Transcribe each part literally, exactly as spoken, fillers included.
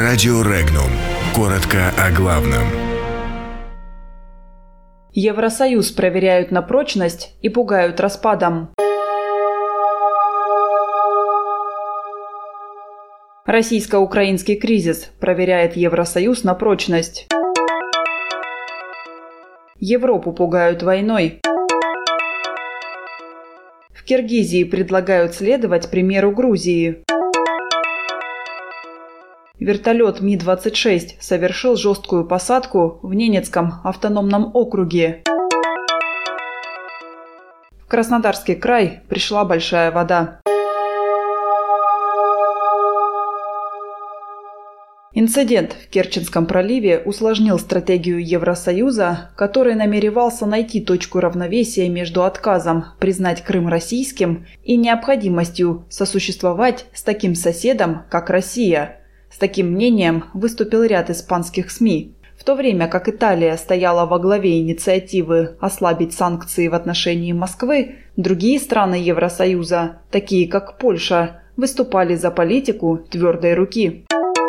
Радио Регнум. Коротко о главном. Евросоюз проверяют на прочность и пугают распадом. Российско-украинский кризис проверяет Евросоюз на прочность. Европу пугают войной. В Киргизии предлагают следовать примеру Грузии. Вертолет Ми двадцать шесть совершил жесткую посадку в Ненецком автономном округе. В Краснодарский край пришла большая вода. Инцидент в Керченском проливе усложнил стратегию Евросоюза, который намеревался найти точку равновесия между отказом признать Крым российским и необходимостью сосуществовать с таким соседом, как Россия. С таким мнением выступил ряд испанских СМИ. В то время как Италия стояла во главе инициативы ослабить санкции в отношении Москвы, другие страны Евросоюза, такие как Польша, выступали за политику твердой руки.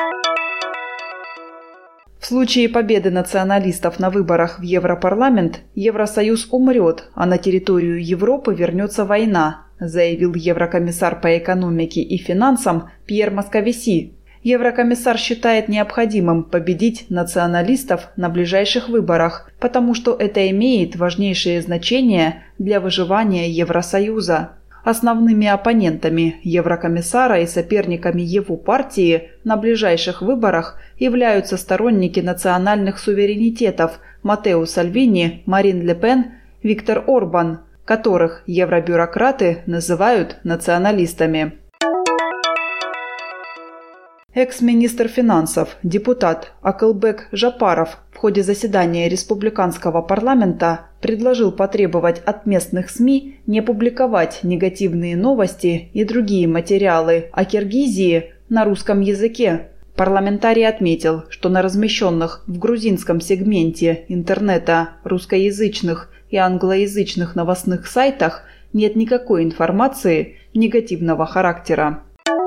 В случае победы националистов на выборах в Европарламент Евросоюз умрет, а на территорию Европы вернется война, заявил еврокомиссар по экономике и финансам Пьер Московиси. Еврокомиссар считает необходимым победить националистов на ближайших выборах, потому что это имеет важнейшее значение для выживания Евросоюза. Основными оппонентами еврокомиссара и соперниками его партии на ближайших выборах являются сторонники национальных суверенитетов Маттео Сальвини, Марин Ле Пен, Виктор Орбан, которых евробюрократы называют националистами. Экс-министр финансов, депутат Акылбек Жапаров в ходе заседания республиканского парламента предложил потребовать от местных СМИ не публиковать негативные новости и другие материалы о Киргизии на русском языке. Парламентарий отметил, что на размещенных в грузинском сегменте интернета русскоязычных и англоязычных новостных сайтах нет никакой информации негативного характера.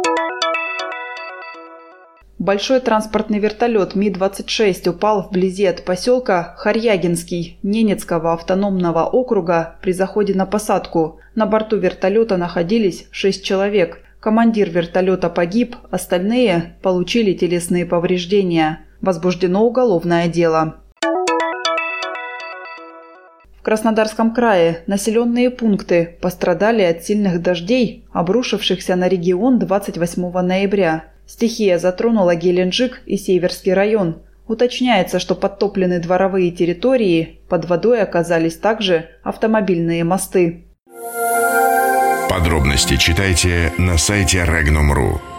Большой транспортный вертолет Ми двадцать шесть упал вблизи от поселка Харьягинский Ненецкого автономного округа при заходе на посадку. На борту вертолета находились шесть человек. Командир вертолета погиб, остальные получили телесные повреждения. Возбуждено уголовное дело. В Краснодарском крае населенные пункты пострадали от сильных дождей, обрушившихся на регион двадцать восьмого ноября. Стихия затронула Геленджик и Северский район. Уточняется, что подтоплены дворовые территории, под водой оказались также автомобильные мосты. Подробности читайте на сайте регнум точка ру.